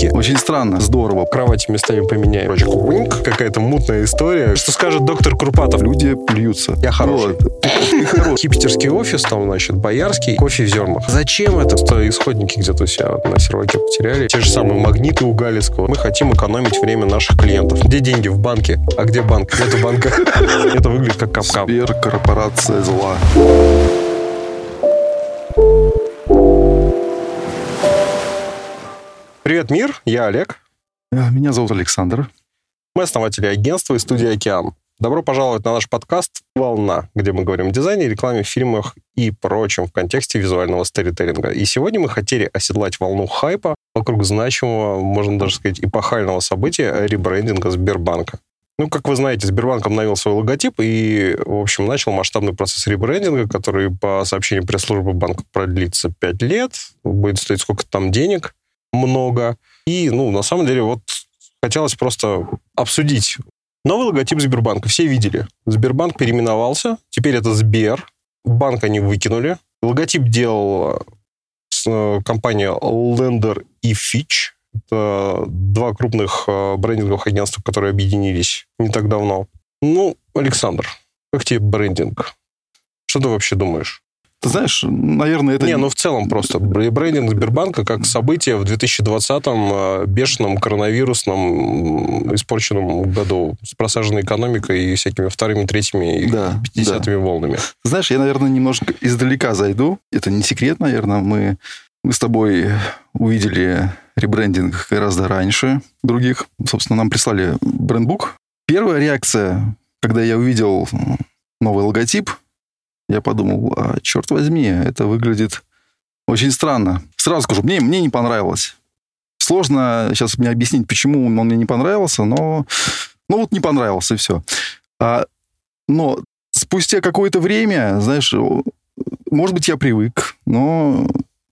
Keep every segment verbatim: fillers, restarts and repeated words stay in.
Вики. Очень странно, здорово. Кровати местами поменяем. Короче, куинг, какая-то мутная история. Что скажет доктор Курпатов? Люди плюются. Я хороший. Хипстерский офис, там, значит, боярский, кофе в зернах. Зачем это? Что исходники где-то у себя на серваке потеряли. Те же самые магниты у Галицкого. Мы хотим экономить время наших клиентов. Где деньги? В банке. А где банк? Нету банка. Это выглядит как капкан. Сбер, корпорация зла. Привет, мир. Я Олег. Меня зовут Александр. Мы основатели агентства и студии «Океан». Добро пожаловать на наш подкаст «Волна», где мы говорим о дизайне, рекламе, фильмах и прочем в контексте визуального сторителлинга. И сегодня мы хотели оседлать волну хайпа вокруг значимого, можно даже сказать, эпохального события ребрендинга Сбербанка. Ну, как вы знаете, Сбербанк обновил свой логотип и, в общем, начал масштабный процесс ребрендинга, который, по сообщению пресс-службы банка, продлится пять лет, будет стоить сколько-то там денег, много. И, ну, на самом деле, вот хотелось просто обсудить новый логотип Сбербанка. Все видели. Сбербанк переименовался. Теперь это Сбер. Банк они выкинули. Логотип делала компания Lender и Fitch. Это два крупных брендинговых агентства, которые объединились не так давно. Ну, Александр, как тебе брендинг? Что ты вообще думаешь? Ты знаешь, наверное, это... Не, ну в целом просто. Брендинг Сбербанка как событие в две тысячи двадцатом бешеном коронавирусном испорченном году с просаженной экономикой и всякими вторыми, третьими и да, пятидесятыми да. волнами. Знаешь, я, наверное, немножко издалека зайду. Это не секрет, наверное. Мы, мы с тобой увидели ребрендинг гораздо раньше других. Собственно, нам прислали брендбук. Первая реакция, когда я увидел новый логотип, я подумал, а, черт возьми, это выглядит очень странно. Сразу скажу, мне, мне не понравилось. Сложно сейчас мне объяснить, почему он мне не понравился, но ну вот не понравился, и все. А, но спустя какое-то время, знаешь, может быть, я привык, но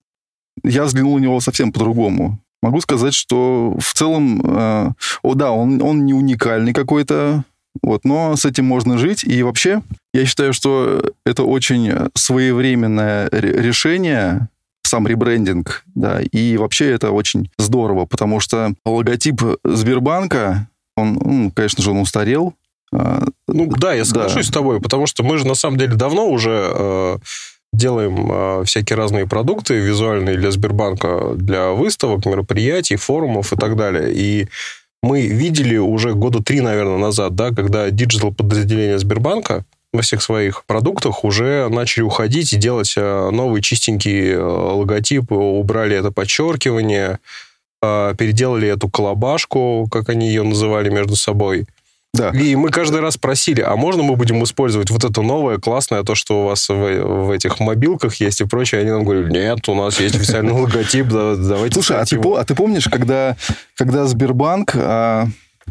я взглянул на него совсем по-другому. Могу сказать, что в целом, э, о да, он, он не уникальный какой-то, вот, но с этим можно жить. И вообще, я считаю, что это очень своевременное решение, сам ребрендинг, да, и вообще это очень здорово, потому что логотип Сбербанка, он, ну, конечно же, он устарел. Ну да, я соглашусь да. с тобой, потому что мы же на самом деле давно уже э, делаем э, всякие разные продукты визуальные для Сбербанка, для выставок, мероприятий, форумов и так далее. И мы видели уже года три, наверное, назад, да, когда диджитал-подразделения Сбербанка во всех своих продуктах уже начали уходить и делать новый чистенький логотип, убрали это подчеркивание, переделали эту колобашку, как они ее называли между собой. Да. И мы каждый раз просили, а можно мы будем использовать вот это новое, классное, то, что у вас в, в этих мобилках есть и прочее? Они нам говорят, нет, у нас есть официальный логотип, давайте... Слушай, а ты, а ты помнишь, когда, когда Сбербанк, а,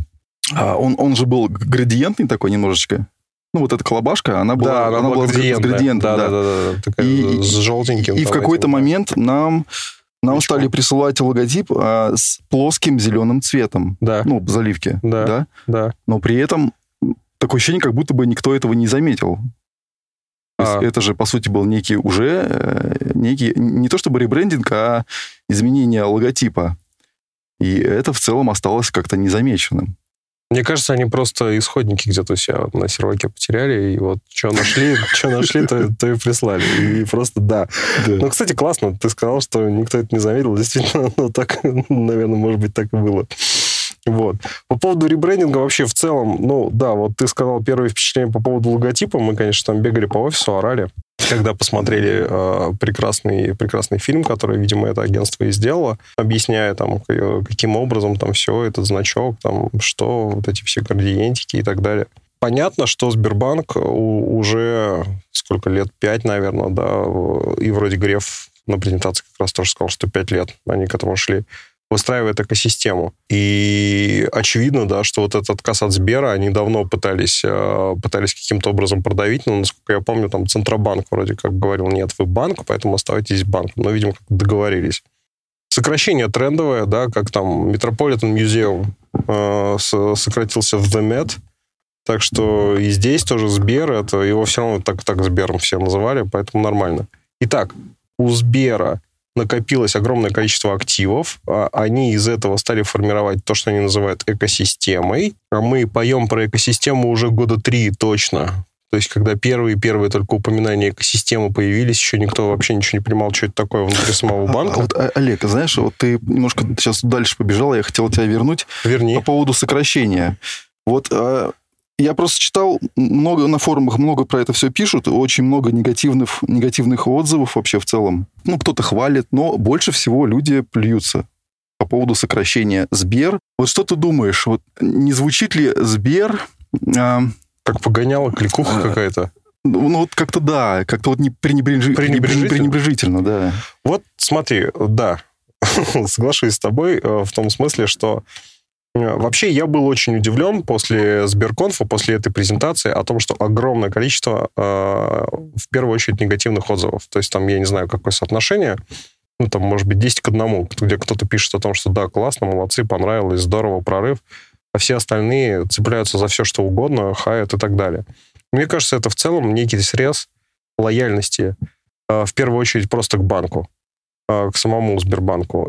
а, он, он же был градиентный такой немножечко? Ну, вот эта колобашка, она была, да, она она была была с градиентом. Да, да, да, да, да, такая и, с желтеньким. И, и в какой-то этим, момент нам... Нам Почему? стали присылать логотип а, с плоским зеленым цветом. Да. Ну, заливки. Да, да. да. Но при этом такое ощущение, как будто бы никто этого не заметил. А. То есть это же, по сути, был некий уже... Э, некий, не то чтобы ребрендинг, а изменение логотипа. И это в целом осталось как-то незамеченным. Мне кажется, они просто исходники где-то у себя на серваке потеряли, и вот что нашли, что нашли, то, то и прислали. И просто да. да. Ну, кстати, классно. Ты сказал, что никто это не заметил. Действительно, ну, так, наверное, может быть, так и было. Вот. По поводу ребрендинга вообще в целом, ну, да, вот ты сказал первое впечатление по поводу логотипа. Мы, конечно, там бегали по офису, орали, когда посмотрели э, прекрасный, прекрасный фильм, который, видимо, это агентство и сделало, объясняя там, каким образом там все, этот значок, там, что, вот эти все градиентики и так далее. Понятно, что Сбербанк уже сколько лет, пять, наверное, да, и вроде Греф на презентации как раз тоже сказал, что пять лет они к этому шли, выстраивает экосистему. И очевидно, да, что вот этот отказ от Сбера они давно пытались, пытались каким-то образом продавить, но, насколько я помню, там Центробанк вроде как говорил, нет, вы банк, поэтому оставайтесь банком. Но, видимо, как договорились. Сокращение трендовое, да, как там Metropolitan Museum э, сократился в The Met, так что и здесь тоже Сбер, это его все равно так, так Сбером все называли, поэтому нормально. Итак, у Сбера накопилось огромное количество активов, они из этого стали формировать то, что они называют экосистемой. Мы поем про экосистему уже года три точно. То есть, когда первые-первые только упоминания экосистемы появились, еще никто вообще ничего не понимал, что это такое внутри самого банка. А, а вот, Олег, знаешь, вот ты немножко сейчас дальше побежал, я хотел тебя вернуть. Верни. По поводу сокращения. Вот а, я просто читал, много на форумах, много про это все пишут, очень много негативных, негативных отзывов вообще в целом. Ну, кто-то хвалит, но больше всего люди плюются по поводу сокращения Сбер. Вот что ты думаешь, вот не звучит ли Сбер... А, как погоняла, кликуха какая-то. Ну, вот как-то да, как-то вот не пренебрежи... пренебрежительно. пренебрежительно, да. Вот смотри, да, соглашусь с тобой в том смысле, что вообще я был очень удивлен после Сберконфа, после этой презентации о том, что огромное количество, в первую очередь, негативных отзывов. То есть там, я не знаю, какое соотношение, ну, там, может быть, десять к одному, где кто-то пишет о том, что да, классно, молодцы, понравилось, здорово, прорыв, а все остальные цепляются за все, что угодно, хаят и так далее. Мне кажется, это в целом некий срез лояльности, в первую очередь, просто к банку, к самому Сбербанку.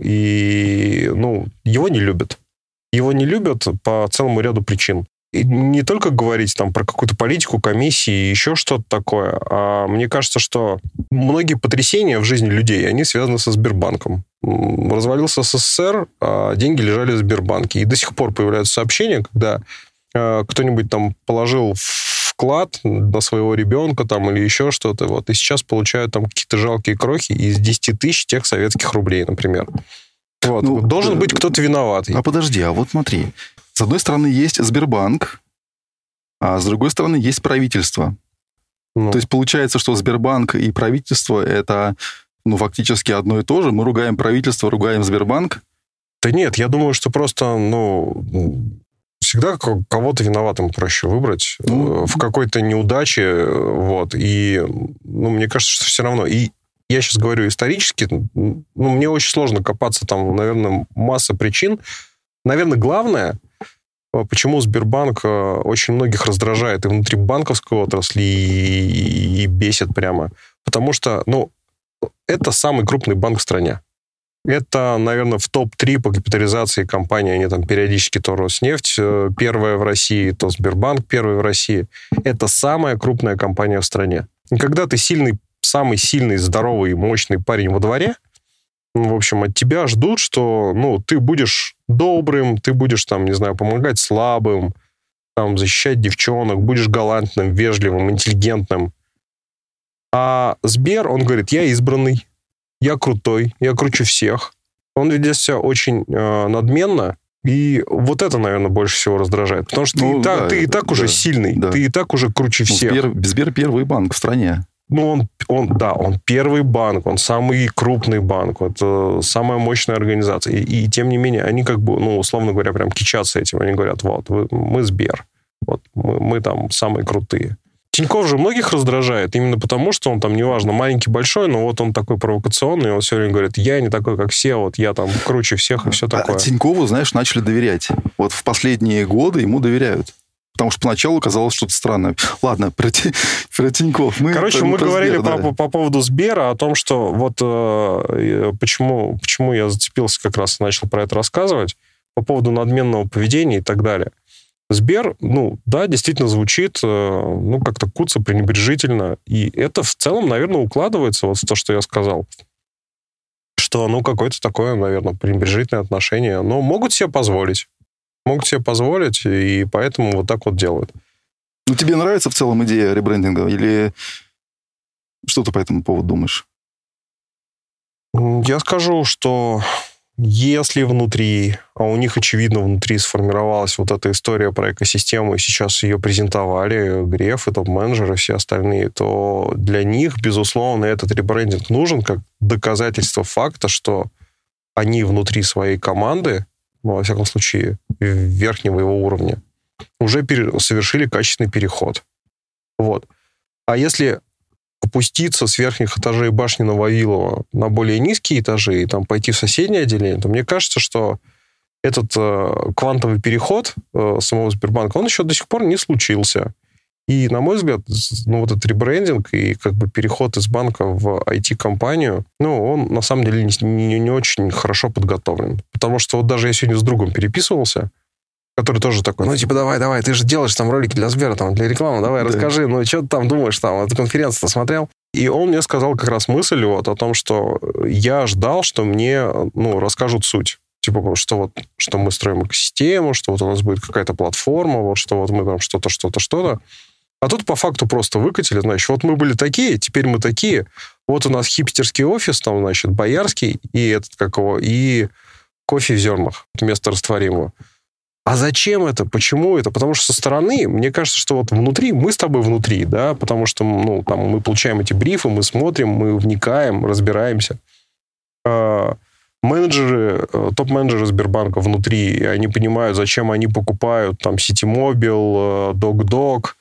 И, ну, его не любят. Его не любят по целому ряду причин. И не только говорить там про какую-то политику, комиссии, еще что-то такое, а мне кажется, что многие потрясения в жизни людей, они связаны со Сбербанком. Развалился СССР, а деньги лежали в Сбербанке. И до сих пор появляются сообщения, когда э, кто-нибудь там положил вклад на своего ребенка там, или еще что-то, вот, и сейчас получают там какие-то жалкие крохи из десяти тысяч тех советских рублей, например. Вот. Ну, Должен быть кто-то виноватый. А подожди, а вот смотри. С одной стороны, есть Сбербанк, а с другой стороны, есть правительство. Ну. То есть получается, что Сбербанк и правительство — это, ну, фактически одно и то же. Мы ругаем правительство, ругаем Сбербанк. Да нет, я думаю, что просто, ну, всегда кого-то виноватым проще выбрать ну. в какой-то неудаче, вот. И, ну, мне кажется, что все равно... И я сейчас говорю исторически, ну, мне очень сложно копаться, там, наверное, масса причин. Наверное, главное, почему Сбербанк очень многих раздражает и внутри банковской отрасли, и, и бесит прямо. Потому что, ну, это самый крупный банк в стране. Это, наверное, в топ три по капитализации компании. Они там периодически то Роснефть первая в России, то Сбербанк первый в России. Это самая крупная компания в стране. И когда ты сильный, самый сильный, здоровый, мощный парень во дворе, в общем, от тебя ждут, что, ну, ты будешь добрым, ты будешь, там, не знаю, помогать слабым, там, защищать девчонок, будешь галантным, вежливым, интеллигентным. А Сбер, он говорит, я избранный, я крутой, я круче всех. Он ведет себя очень э, надменно, и вот это, наверное, больше всего раздражает. Потому что ну, ты, и так, да, ты и так да, уже сильный, да. ты и так уже круче ну, всех. Сбер, Сбер первый банк в стране. Ну, он, он, да, он первый банк, он самый крупный банк, это самая мощная организация. И, и тем не менее, они как бы, ну, условно говоря, прям кичатся этим. Они говорят, вот, вы, мы Сбер, вот, мы, мы там самые крутые. Тинькофф же многих раздражает именно потому, что он там, неважно, маленький, большой, но вот он такой провокационный, он все время говорит, я не такой, как все, вот я там круче всех и все такое. А Тинькову, знаешь, начали доверять. Вот в последние годы ему доверяют. Потому что поначалу казалось что-то странное. Ладно, про, про Тинькофф. Мы Короче, про, мы про говорили Сбер, по, да. по поводу Сбера, о том, что вот э, почему, почему я зацепился как раз и начал про это рассказывать, по поводу надменного поведения и так далее. Сбер, ну, да, действительно звучит, э, ну, как-то куца, пренебрежительно. И это в целом, наверное, укладывается вот в то, что я сказал. Что, ну, какое-то такое, наверное, пренебрежительное отношение. Но могут себе позволить. Могут себе позволить, и поэтому вот так вот делают. Ну, тебе нравится в целом идея ребрендинга? Или что ты по этому поводу думаешь? Я скажу, что если внутри, а у них, очевидно, внутри сформировалась вот эта история про экосистему, и сейчас ее презентовали Греф и топ-менеджеры, и все остальные, то для них, безусловно, этот ребрендинг нужен как доказательство факта, что они внутри своей команды, во всяком случае, верхнего его уровня, уже пере- совершили качественный переход. Вот. А если опуститься с верхних этажей башни на Вавилова на более низкие этажи и там пойти в соседнее отделение, то мне кажется, что этот э, квантовый переход э, самого Сбербанка, он еще до сих пор не случился. И, на мой взгляд, ну, вот этот ребрендинг и как бы переход из банка в ай ти-компанию, ну, он, на самом деле, не, не, не очень хорошо подготовлен. Потому что вот даже я сегодня с другом переписывался, который тоже такой, ну, типа, давай, давай, ты же делаешь там ролики для Сбера, там, для рекламы, давай, да. расскажи, ну, что ты там думаешь, там, эту конференцию-то смотрел? И он мне сказал как раз мысль вот о том, что я ждал, что мне, ну, расскажут суть. Типа, что вот, что мы строим экосистему, что вот у нас будет какая-то платформа, вот, что вот мы там что-то, что-то, что-то. А тут по факту просто выкатили, значит, вот мы были такие, теперь мы такие. Вот у нас хипстерский офис, там, значит, боярский, и этот, как его, и кофе в зернах вместо растворимого. А зачем это? Почему это? Потому что со стороны, мне кажется, что вот внутри, мы с тобой внутри, да, потому что, ну, там, мы получаем эти брифы, мы смотрим, мы вникаем, разбираемся. Менеджеры, топ-менеджеры Сбербанка внутри, они понимают, зачем они покупают там Ситимобил, Док-Док,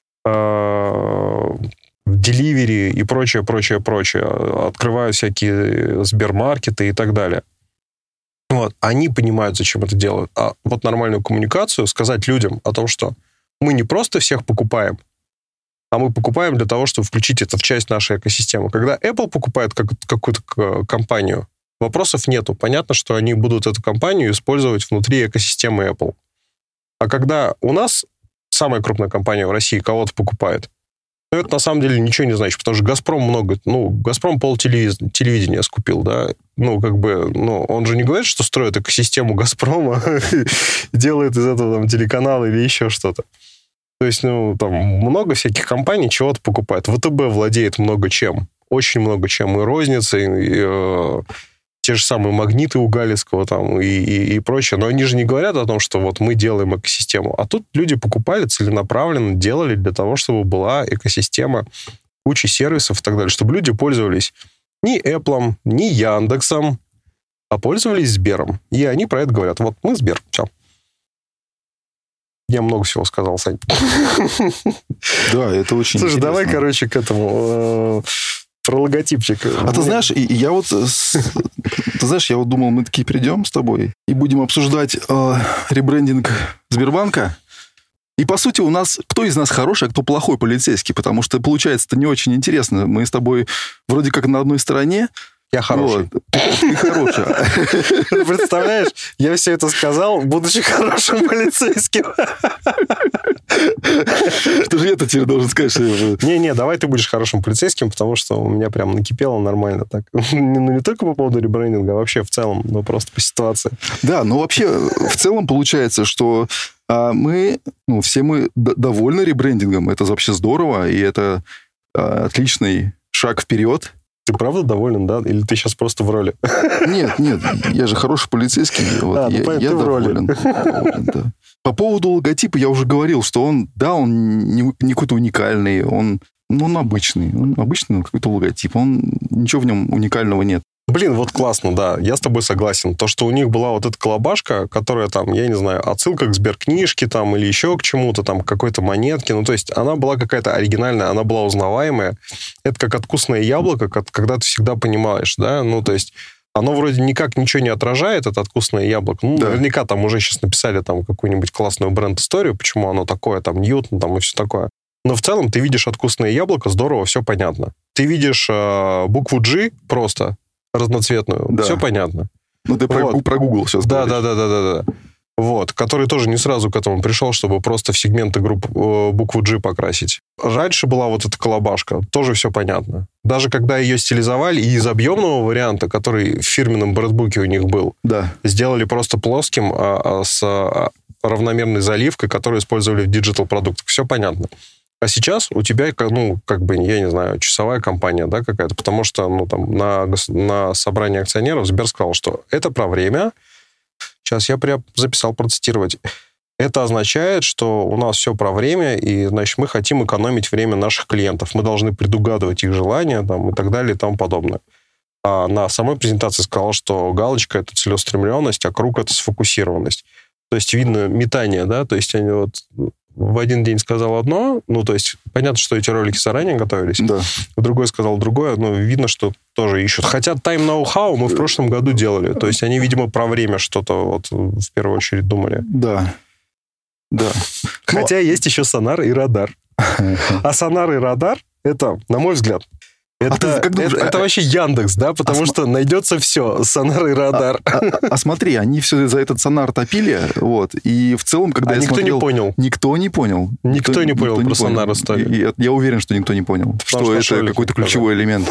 Деливери и прочее, прочее, прочее. Открывают всякие Сбермаркеты и так далее. Вот. Они понимают, зачем это делают. А вот нормальную коммуникацию сказать людям о том, что мы не просто всех покупаем, а мы покупаем для того, чтобы включить это в часть нашей экосистемы. Когда Apple покупает как, какую-то компанию, вопросов нету. Понятно, что они будут эту компанию использовать внутри экосистемы Apple. А когда у нас самая крупная компания в России кого-то покупает, то это на самом деле ничего не значит, потому что «Газпром» много... Ну, «Газпром» полтелевидения скупил, да? Ну, как бы, ну, он же не говорит, что строит экосистему «Газпрома», делает из этого там телеканал или еще что-то. То есть, ну, там много всяких компаний чего-то покупает. ВТБ владеет много чем. Очень много чем. И розницей, и... Э, те же самые магниты у Галицкого там и, и, и прочее. Но они же не говорят о том, что вот мы делаем экосистему. А тут люди покупали целенаправленно, делали для того, чтобы была экосистема кучи сервисов и так далее. Чтобы люди пользовались не Apple, не Яндексом, а пользовались Сбером. И они про это говорят. Вот мы Сбер. Все. Я много всего сказал, Сань. Да, это очень Слушай, интересно. давай, короче, к этому... Про логотипчик. А ты знаешь, и, и я вот, ты знаешь, я вот думал, мы такие придем с тобой и будем обсуждать э, ребрендинг Сбербанка. И, по сути, у нас, кто из нас хороший, а кто плохой полицейский, потому что, получается, это не очень интересно. Мы с тобой вроде как на одной стороне. Я хороший. Вот. Ты хороший. Представляешь, я все это сказал, будучи хорошим полицейским. Что же я-то тебе должен сказать? Что... Не-не, давай ты будешь хорошим полицейским, потому что у меня прям накипело нормально так. Ну, не только по поводу ребрендинга, а вообще в целом, ну, просто по ситуации. Да, ну, вообще, в целом получается, что а, мы, ну, все мы д- довольны ребрендингом. Это вообще здорово, и это а, отличный шаг вперед. Ты правда доволен, да? Или ты сейчас просто в роли? Нет, нет, я же хороший полицейский. Вот, а, я, ну, я доволен. доволен да. По поводу логотипа я уже говорил, что он, да, он не, не какой-то уникальный, он, ну, он обычный. Он обычный какой-то логотип, он, ничего в нем уникального нет. Блин, вот классно, да, я с тобой согласен. То, что у них была вот эта колобашка, которая там, я не знаю, отсылка к Сберкнижке там или еще к чему-то, там, к какой-то монетке. Ну, то есть она была какая-то оригинальная, она была узнаваемая. Это как откусное яблоко, когда ты всегда понимаешь, да, ну, то есть оно вроде никак ничего не отражает, это откусное яблоко. Ну, да. Наверняка там уже сейчас написали там какую-нибудь классную бренд-историю, почему оно такое, там, Ньютон, там, и все такое. Но в целом ты видишь откусное яблоко, здорово, все понятно. Ты видишь э, букву G просто, разноцветную, да. Все понятно. Ну, ты про, вот. про Google сейчас да, говоришь. Да, да, да, да, да. Вот, который тоже не сразу к этому пришел, чтобы просто в сегменты групп э, букву G покрасить. Раньше была вот эта колобашка, тоже все понятно. Даже когда ее стилизовали, и из объемного варианта, который в фирменном брендбуке у них был, да. Сделали просто плоским, а, а, с а, равномерной заливкой, которую использовали в диджитал-продуктах. Все понятно. А сейчас у тебя, ну, как бы, я не знаю, часовая компания, да, какая-то, потому что, ну, там, на, на собрании акционеров Сбер сказал, что это про время. Сейчас я прям записал процитировать. Это означает, что у нас все про время, и, значит, мы хотим экономить время наших клиентов. Мы должны предугадывать их желания, там, и так далее, и тому подобное. А на самой презентации сказал, что галочка — это целеустремленность, а круг — это сфокусированность. То есть видно метание, да, то есть они вот... В один день сказал одно, ну, то есть, понятно, что эти ролики заранее готовились. Да. Другой сказал другое, но видно, что тоже ищут. Хотя Time Know-how мы в прошлом году делали. То есть, они, видимо, про время что-то вот в первую очередь думали. Да. Да. Хотя но... есть еще сонар и радар. А сонар и радар, это, на мой взгляд, это, а ты, думаешь, это, это вообще Яндекс, да? Потому а что см... найдется все, сонар и радар. А, а, а смотри, они все за этот сонар топили, вот, и в целом, когда а я никто смотрел... не понял. Никто не понял. Никто, никто не понял никто про не сонар историю. Я, я уверен, что никто не понял, что, что это какой-то ключевой элемент.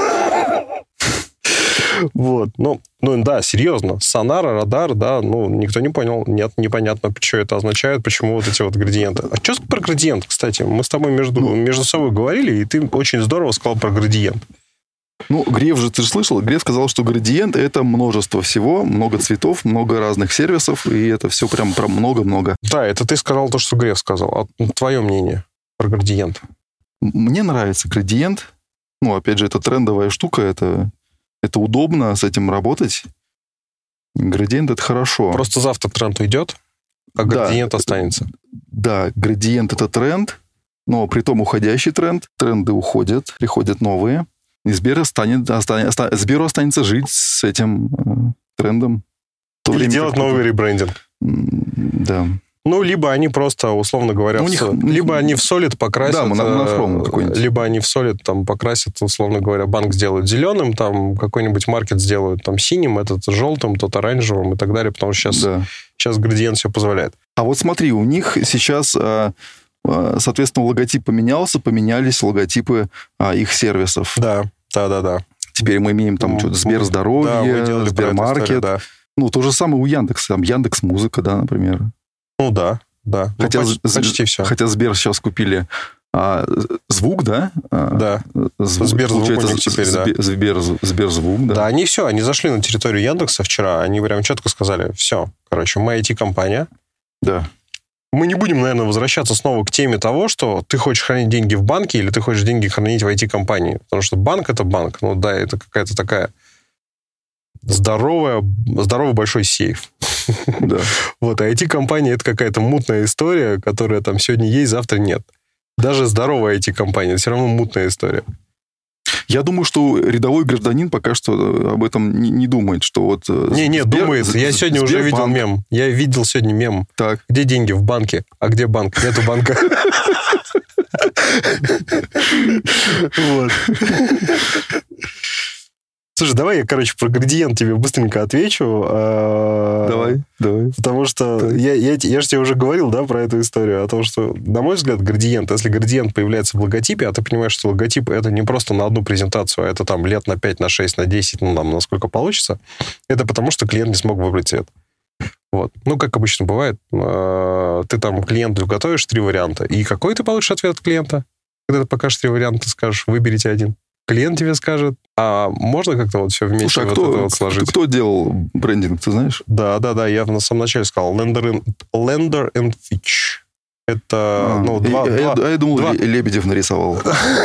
Вот, ну, ну да, серьезно, сонар, радар, да, ну, никто не понял, нет, непонятно, что это означает, почему вот эти вот градиенты. А что про градиент, кстати? Мы с тобой между, ну, между собой говорили, и ты очень здорово сказал про градиент. Ну, Греф же, ты же слышал, Греф сказал, что градиент — это множество всего, много цветов, много разных сервисов, и это все прям про много-много. Да, это ты сказал то, что Греф сказал. А твое мнение про градиент? Мне нравится градиент. Ну, опять же, это трендовая штука, это... Это удобно с этим работать. Градиент — это хорошо. Просто завтра тренд уйдет, а градиент да, останется. Да, градиент — это тренд, но при том уходящий тренд. Тренды уходят, приходят новые. И Сбер останет, останет, Сберу останется жить с этим э, трендом. Или делать новый ребрендинг. Да. Ну, либо они просто, условно говоря, ну, них, в, либо они в солид покрасят, да, монохром какой-нибудь. Либо они в солид там покрасят, условно говоря, банк сделают зеленым, там какой-нибудь маркет сделают там синим, этот желтым, тот оранжевым и так далее, потому что сейчас, да. сейчас градиент все позволяет. А вот смотри, у них сейчас, соответственно, логотип поменялся, поменялись логотипы их сервисов. Да, да, да, да. Теперь мы имеем там что-то Сберздоровье, да, Сбермаркет. Да. Ну, то же самое у Яндекса, там Яндекс.Музыка, да, например. Ну да, да. Хотя, ну, почти, почти все. Хотя Сбер сейчас купили а, звук, да? Да. Звук, Сберзвук у них теперь, Сбер, да. Сбер, Сберзвук, да. Да, они все, они зашли на территорию Яндекса вчера, они прям четко сказали, все, короче, мы ай ти-компания. Да. Мы не будем, наверное, возвращаться снова к теме того, что ты хочешь хранить деньги в банке или ты хочешь деньги хранить в ай ти-компании. Потому что банк — это банк. Ну да, это какая-то такая здоровая, здоровый большой сейф. Да. Вот, а ай ти-компания — это какая-то мутная история, которая там сегодня есть, завтра нет. Даже здоровая ай ти-компания — это все равно мутная история. Я думаю, что рядовой гражданин пока что об этом не, не думает, что вот... Не-не, Сбер, думает. Я сегодня Сбербанк. Уже видел мем. Я видел сегодня мем. Так. Где деньги? В банке. А где банк? Нету банка. Вот. Слушай, давай я, короче, про градиент тебе быстренько отвечу. Давай, давай. Потому что я, я, я же тебе уже говорил, да, про эту историю, о том, что, на мой взгляд, градиент, если градиент появляется в логотипе, а ты понимаешь, что логотип — это не просто на одну презентацию, а это там лет на пять, на шесть, на десять, ну, там, насколько получится, это потому, что клиент не смог выбрать цвет. Вот. Ну, как обычно бывает, ты там клиенту готовишь три варианта, и какой ты получишь ответ от клиента? Когда ты покажешь три варианта, ты скажешь, выберите один. Клиент тебе скажет, а можно как-то вот все вместе Слушай, а вот кто, это вот сложить? Кто, кто делал брендинг, ты знаешь? Да, да, да, я на самом начале сказал. Lender and, Lender and Fitch. Это, а, ну, два... Я, два, я, я думал, два... Лебедев нарисовал.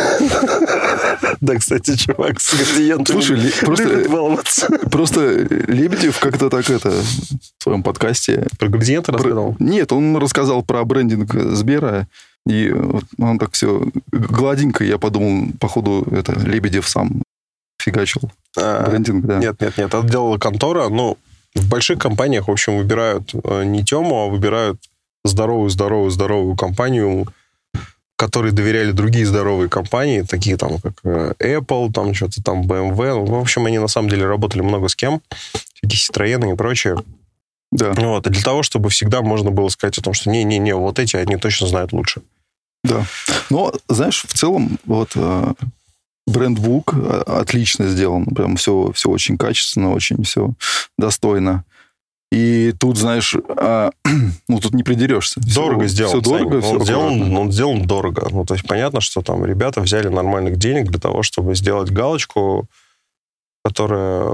Да, кстати, чувак с градиентами любит баловаться. Просто Лебедев как-то так это в своем подкасте... Про градиенты рассказал? Нет, он рассказал про брендинг Сбера. И он так все гладенько, я подумал, походу, это Лебедев сам фигачил. А, брендинг, да. Нет, нет, нет, это делала контора. Ну, в больших компаниях, в общем, выбирают не Тему, а выбирают здоровую, здоровую, здоровую компанию, которой доверяли другие здоровые компании, такие там, как Apple, там что-то там бэ эм вэ. В общем, они на самом деле работали много с кем. Всякие Citroёn и прочее. Да. Вот. И для того, чтобы всегда можно было сказать о том, что не-не-не, вот эти, они точно знают лучше. Да. Но, знаешь, в целом, вот брендбук отлично сделан. Прям все, все очень качественно, очень все достойно. И тут, знаешь, а, ну, тут не придерешься. Дорого сделан. Все дорого, все он, сделан, он сделан дорого. Ну, то есть, понятно, что там ребята взяли нормальных денег для того, чтобы сделать галочку, которая...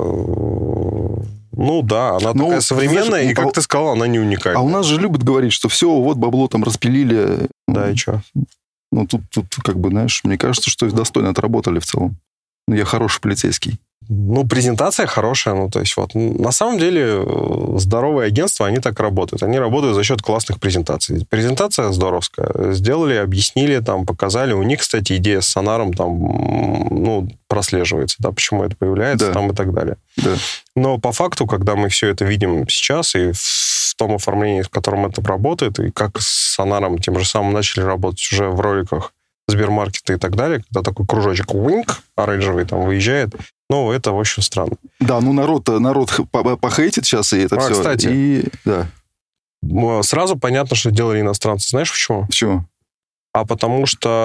Ну да, она ну, такая современная, знаешь, и, как а, ты сказал, она не уникальная. А у нас же любят говорить, что все, вот бабло там распилили. Да, и что? Ну, тут, тут, как бы, знаешь, мне кажется, что достойно отработали в целом. Ну, я хороший полицейский. Ну, презентация хорошая, ну, то есть вот. На самом деле, здоровые агентства, они так работают. Они работают за счет классных презентаций. Презентация здоровская. Сделали, объяснили, там, показали. У них, кстати, идея с сонаром там, ну, прослеживается, да, почему это появляется, да. Там и так далее. Да. Но по факту, когда мы все это видим сейчас, и в том оформлении, в котором это работает, и как с сонаром тем же самым начали работать уже в роликах Сбермаркета и так далее, когда такой кружочек уинк, оранжевый там выезжает. Ну, это, в общем, странно. Да, ну народ, народ похейтит сейчас, и это а, все. Кстати, и, да. Сразу понятно, что делали иностранцы. Знаешь, почему? Почему? А потому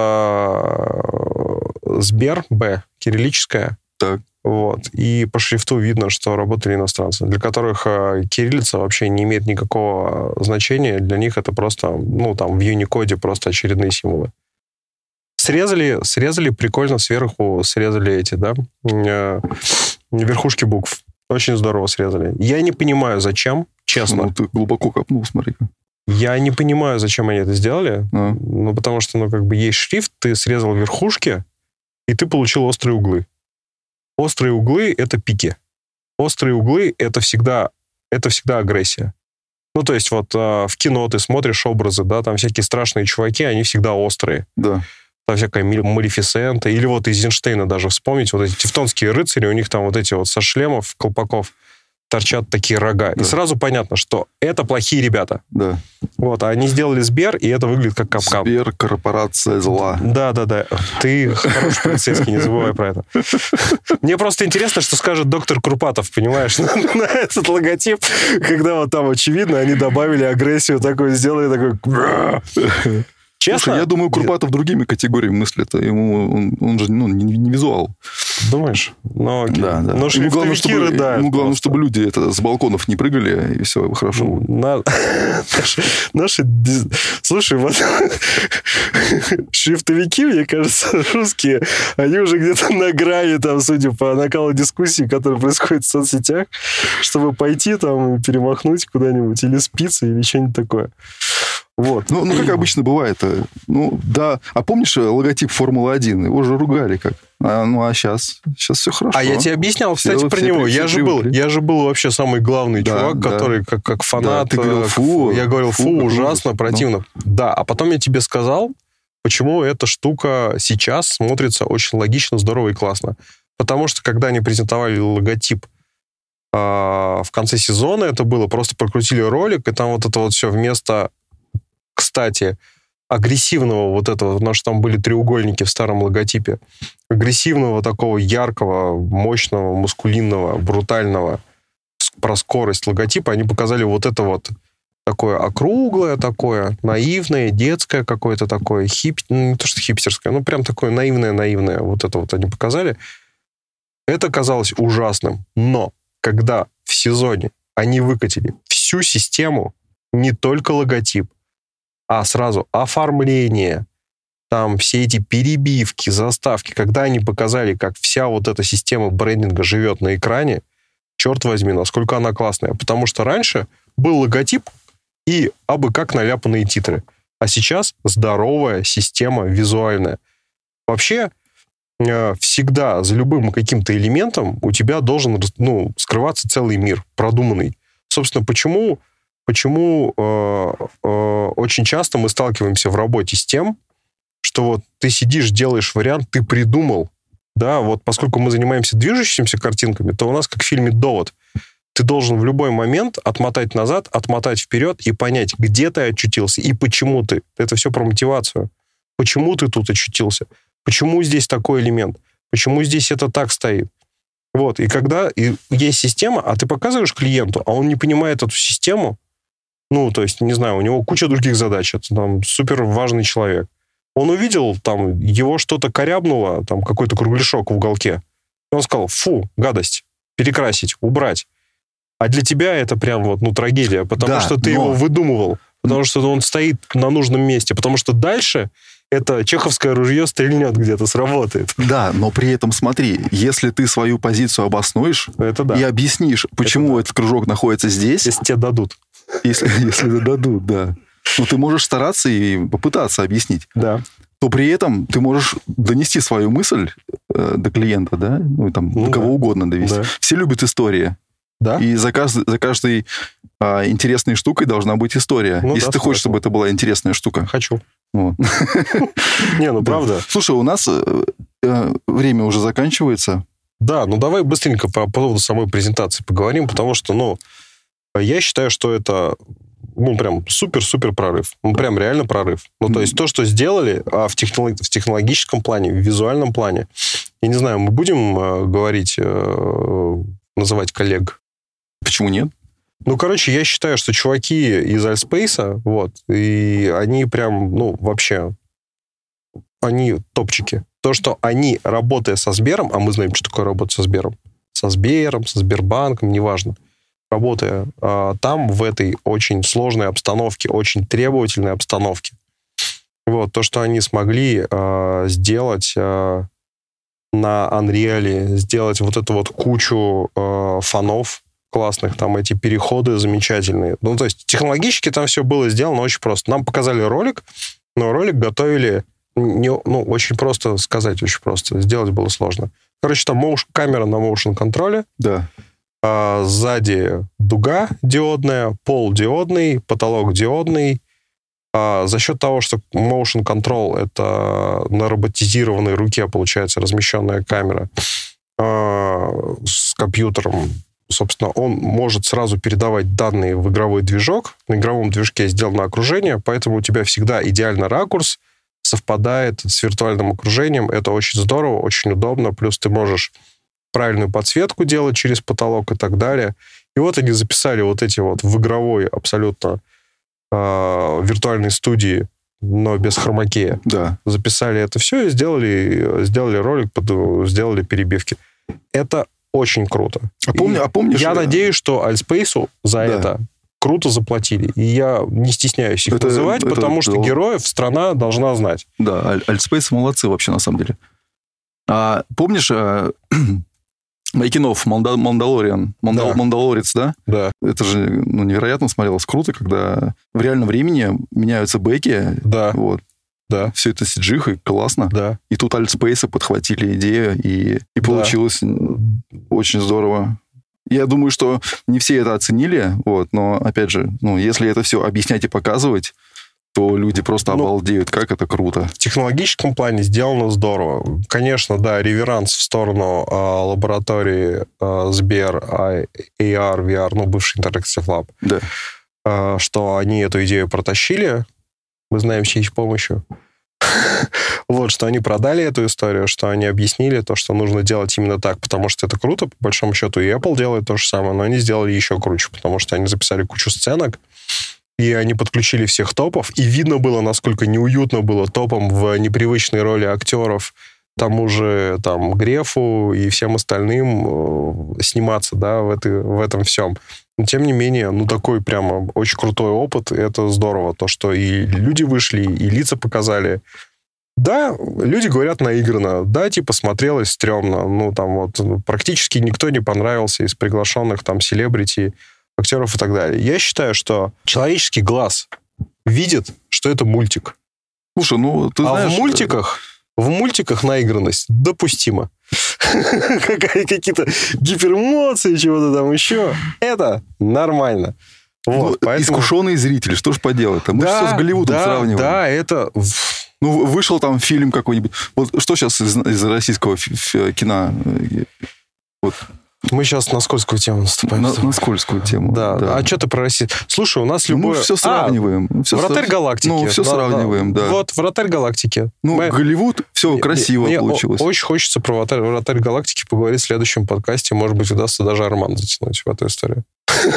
что Сбер, Б, кириллическая. Так. Вот. И по шрифту видно, что работали иностранцы, для которых кириллица вообще не имеет никакого значения. Для них это просто, ну, там, в Unicode просто очередные символы. Срезали, срезали прикольно сверху, срезали эти, да, верхушки букв. Очень здорово срезали. Я не понимаю, зачем, честно. Ну, ты глубоко копнул, смотри-ка. Я не понимаю, зачем они это сделали. А. Ну, потому что, ну, как бы есть шрифт, ты срезал верхушки, и ты получил острые углы. Острые углы — это пики. Острые углы — это всегда, это всегда агрессия. Ну, то есть вот э, в кино ты смотришь образы, да, там всякие страшные чуваки, они всегда острые. Да. Там всякая Малефисента. Или вот из Эйзенштейна даже вспомнить, вот эти тевтонские рыцари, у них там вот эти вот со шлемов, колпаков торчат такие рога. Да. И сразу понятно, что это плохие ребята. Да. Вот, а они сделали Сбер, и это выглядит как капкан. Сбер, корпорация зла. Да-да-да. Ты хороший полицейский, не забывай про это. Мне просто интересно, что скажет доктор Курпатов, понимаешь, на, на этот логотип, когда вот там, очевидно, они добавили агрессию такую, сделали такой... Честно? Слушай, я думаю, Курпатов другими категориями мыслит. Ему, он, он же ну, не, не визуал. Думаешь? Ну, окей. Да, да. Но ему главное, чтобы, рыдают ему главное, чтобы люди это, с балконов не прыгали, и все хорошо. На... Наши... Слушай, вот шрифтовики, мне кажется, русские, они уже где-то на грани, там, судя по накалу дискуссий, которые происходят в соцсетях, чтобы пойти там и перемахнуть куда-нибудь, или спицы, или что-нибудь такое. Вот. Ну, ну, как обычно бывает. Ну, да. А помнишь логотип Формулы один? Его же ругали как. А, ну, а сейчас? Сейчас все хорошо. А я тебе объяснял, кстати, все, про все него. Я же, был, я же был вообще самый главный да, чувак, да. который как, как фанат... Да, ты говорил, фу. Я говорил, фу, фу ужасно, ужас. противно. Ну. Да, а потом я тебе сказал, почему эта штука сейчас смотрится очень логично, здорово и классно. Потому что, когда они презентовали логотип э, в конце сезона, это было, просто прокрутили ролик, и там вот это вот все вместо... Кстати, агрессивного вот этого, потому что там были треугольники в старом логотипе, агрессивного такого яркого, мощного, мускулинного, брутального про скорость логотипа, они показали вот это вот такое округлое, такое наивное, детское какое-то такое, хип... ну, не то что хипстерское, ну прям такое наивное-наивное, вот это вот они показали. Это казалось ужасным, но когда в сезоне они выкатили всю систему, не только логотип, а сразу оформление, там все эти перебивки, заставки, когда они показали, как вся вот эта система брендинга живет на экране, черт возьми, насколько она классная. Потому что раньше был логотип и абы как наляпанные титры. А сейчас здоровая система визуальная. Вообще, всегда за любым каким-то элементом у тебя должен, ну, скрываться целый мир, продуманный. Собственно, почему... Почему э, э, очень часто мы сталкиваемся в работе с тем, что вот ты сидишь, делаешь вариант, ты придумал, да, вот поскольку мы занимаемся движущимися картинками, то у нас как в фильме «Довод». Ты должен в любой момент отмотать назад, отмотать вперед и понять, где ты очутился и почему ты. Это все про мотивацию. Почему ты тут очутился? Почему здесь такой элемент? Почему здесь это так стоит? Вот, и когда и есть система, а ты показываешь клиенту, а он не понимает эту систему, ну, то есть, не знаю, у него куча других задач, это там супер важный человек. Он увидел, там, его что-то корябнуло, там, какой-то кругляшок в уголке. И он сказал, фу, гадость, перекрасить, убрать. А для тебя это прям вот, ну, трагедия, потому да, что ты но... его выдумывал, потому что он стоит на нужном месте, потому что дальше это чеховское ружье стрельнет где-то, сработает. Да, но при этом смотри, если ты свою позицию обоснуешь это да. и объяснишь, почему этот кружок находится здесь... Если тебе дадут. Если, если дадут, да. Но ты можешь стараться и попытаться объяснить. Да. То при этом ты можешь донести свою мысль э, до клиента, да? Ну, там, ну, до кого да. угодно довести. Да. Все любят истории. Да? И за, каждый, за каждой а, интересной штукой должна быть история. Ну, если да, ты хочешь, чтобы это была интересная штука. Хочу. Не, ну правда. Слушай, у нас время уже заканчивается. Да, ну давай быстренько по поводу самой презентации поговорим, потому что, ну, я считаю, что это ну, прям супер-супер прорыв. Ну, прям реально прорыв. Ну, то есть то, что сделали а в, технолог... в технологическом плане, в визуальном плане, я не знаю, мы будем э, говорить, э, называть коллег? Почему нет? Ну, короче, я считаю, что чуваки из Альспейса, вот, и они прям, ну, вообще, они топчики. То, что они, работая со Сбером, а мы знаем, что такое работать со Сбером, со Сбером, со Сбербанком, неважно, работая а, там, в этой очень сложной обстановке, очень требовательной обстановке, вот, то, что они смогли а, сделать а, на Unreal, сделать вот эту вот кучу а, фанов классных, там эти переходы замечательные. Ну, то есть технологически там все было сделано очень просто. Нам показали ролик, но ролик готовили, не, ну, очень просто сказать, очень просто. Сделать было сложно. Короче, там motion, камера на моушн-контроле. Да. А, сзади дуга диодная, пол диодный, потолок диодный. А за счет того, что motion control — это на роботизированной руке, получается, размещенная камера а, с компьютером, собственно, он может сразу передавать данные в игровой движок. На игровом движке сделано окружение, поэтому у тебя всегда идеально ракурс совпадает с виртуальным окружением. Это очень здорово, очень удобно. Плюс ты можешь правильную подсветку делать через потолок и так далее. И вот они записали вот эти вот в игровой абсолютно э, виртуальной студии, но без хромакея. Да. Записали это все и сделали, сделали ролик, под, сделали перебивки. Это очень круто. А, помни, а помнишь... Я надеюсь, что Альспейсу за да. это круто заплатили. И я не стесняюсь их это, называть, это, потому это, что да. героев страна должна знать. Да, Альспейс молодцы вообще, на самом деле. А, помнишь Мейкинов, Мандалориан, Мандал, да. Мандалорец, да? Да. Это же ну, невероятно смотрелось круто, когда в реальном времени меняются бэки. Да. Вот. Да. Все это сиджиха, классно. Да. И тут Альтспейсы подхватили идею, и, и получилось да. очень здорово. Я думаю, что не все это оценили, вот, но, опять же, ну, если это все объяснять и показывать, то люди просто ну, обалдеют, как это круто. В технологическом плане сделано здорово. Конечно, да, реверанс в сторону э, лаборатории э, Сбер, эй ар, ви ар, ну, бывший Interactive Lab, да. э, что они эту идею протащили, мы знаем, с чьей помощью. Вот, что они продали эту историю, что они объяснили то, что нужно делать именно так, потому что это круто, по большому счету, и Apple делает то же самое, но они сделали еще круче, потому что они записали кучу сценок, и они подключили всех топов, и видно было, насколько неуютно было топом в непривычной роли актеров, тому же там Грефу и всем остальным сниматься, да, в, этой, в этом всем. Но, тем не менее, ну, такой прямо очень крутой опыт, и это здорово, то, что и люди вышли, и лица показали. Да, люди говорят наигранно, да, типа смотрелось стрёмно, ну, там вот практически никто не понравился из приглашенных там селебрити, актеров и так далее. Я считаю, что человеческий глаз видит, что это мультик. Слушай, ну, ты а знаешь... в мультиках, в мультиках наигранность допустима. Какие-то гиперэмоции, чего-то там еще. Это нормально. Вот, ну, поэтому... Искушенный зритель, что ж поделать? Мы да, все с Голливудом да, сравниваем. Да, это... Ну, вышел там фильм какой-нибудь. Вот что сейчас из, из российского кино... Вот. Мы сейчас на скользкую тему наступаем. На, на скользкую тему. Да. да. А что ты про Россию? Слушай, у нас любое... Мы все сравниваем. А, все Вратарь галактики. Ну, все да, сравниваем, да. да. Вот, Вратарь галактики. Ну, Мы... Голливуд, все мне, красиво мне получилось. Очень хочется про Вратарь, Вратарь галактики поговорить в следующем подкасте. Может быть, удастся даже Арман затянуть в эту историю.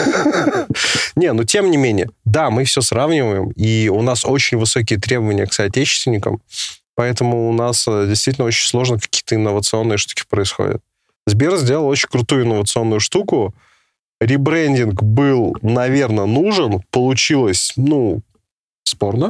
Не, ну, тем не менее. Да, мы все сравниваем, и у нас очень высокие требования к соотечественникам, поэтому у нас действительно очень сложно какие-то инновационные штуки происходят. Сбер сделал очень крутую инновационную штуку. Ребрендинг был, наверное, нужен. Получилось, ну, спорно.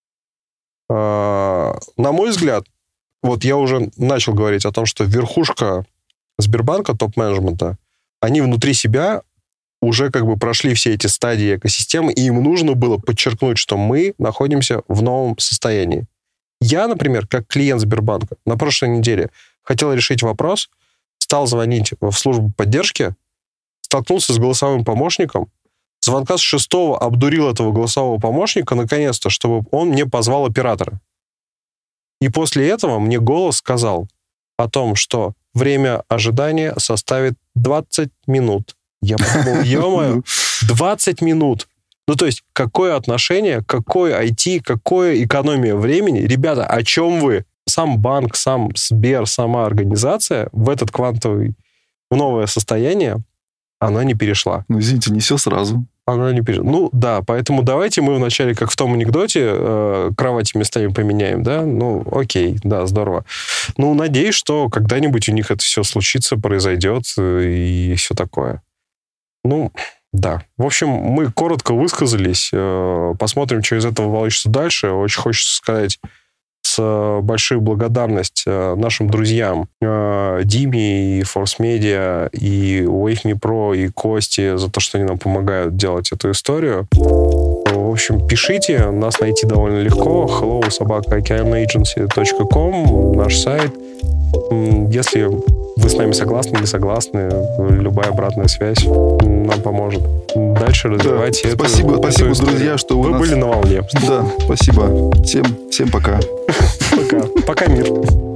А, на мой взгляд, вот я уже начал говорить о том, что верхушка Сбербанка, топ-менеджмента, они внутри себя уже как бы прошли все эти стадии экосистемы, и им нужно было подчеркнуть, что мы находимся в новом состоянии. Я, например, как клиент Сбербанка, на прошлой неделе хотел решить вопрос, стал звонить в службу поддержки, столкнулся с голосовым помощником, звонка с шестого обдурил этого голосового помощника, наконец-то, чтобы он мне позвал оператора. И после этого мне голос сказал о том, что время ожидания составит двадцать минут. Я подумал, ё-моё, двадцать минут. Ну, то есть, какое отношение, какой ай ти, какое экономия времени? Ребята, о чем вы? Сам банк, сам Сбер, сама организация в этот квантовый, в новое состояние, она не перешла. Ну, извините, не все сразу. Она не перешла. Ну, да, поэтому давайте мы вначале, как в том анекдоте, э, кровати местами поменяем, да? Ну, окей, да, здорово. Ну, надеюсь, что когда-нибудь у них это все случится, произойдет и все такое. Ну, да. В общем, мы коротко высказались. Э, посмотрим, что из этого получится дальше. Очень хочется сказать с большой благодарность нашим друзьям Диме и Force Media, и Wave.me Pro, и Косте за то, что они нам помогают делать эту историю. В общем, пишите, нас найти довольно легко. hello собака океан эйдженси точка ком, наш сайт. Если вы с нами согласны, не согласны, любая обратная связь нам поможет дальше развивать да, эту Спасибо, эту спасибо, историю. друзья, что вы, вы нас... были на волне. Да, спасибо. Всем, всем пока. Пока. Пока, мир.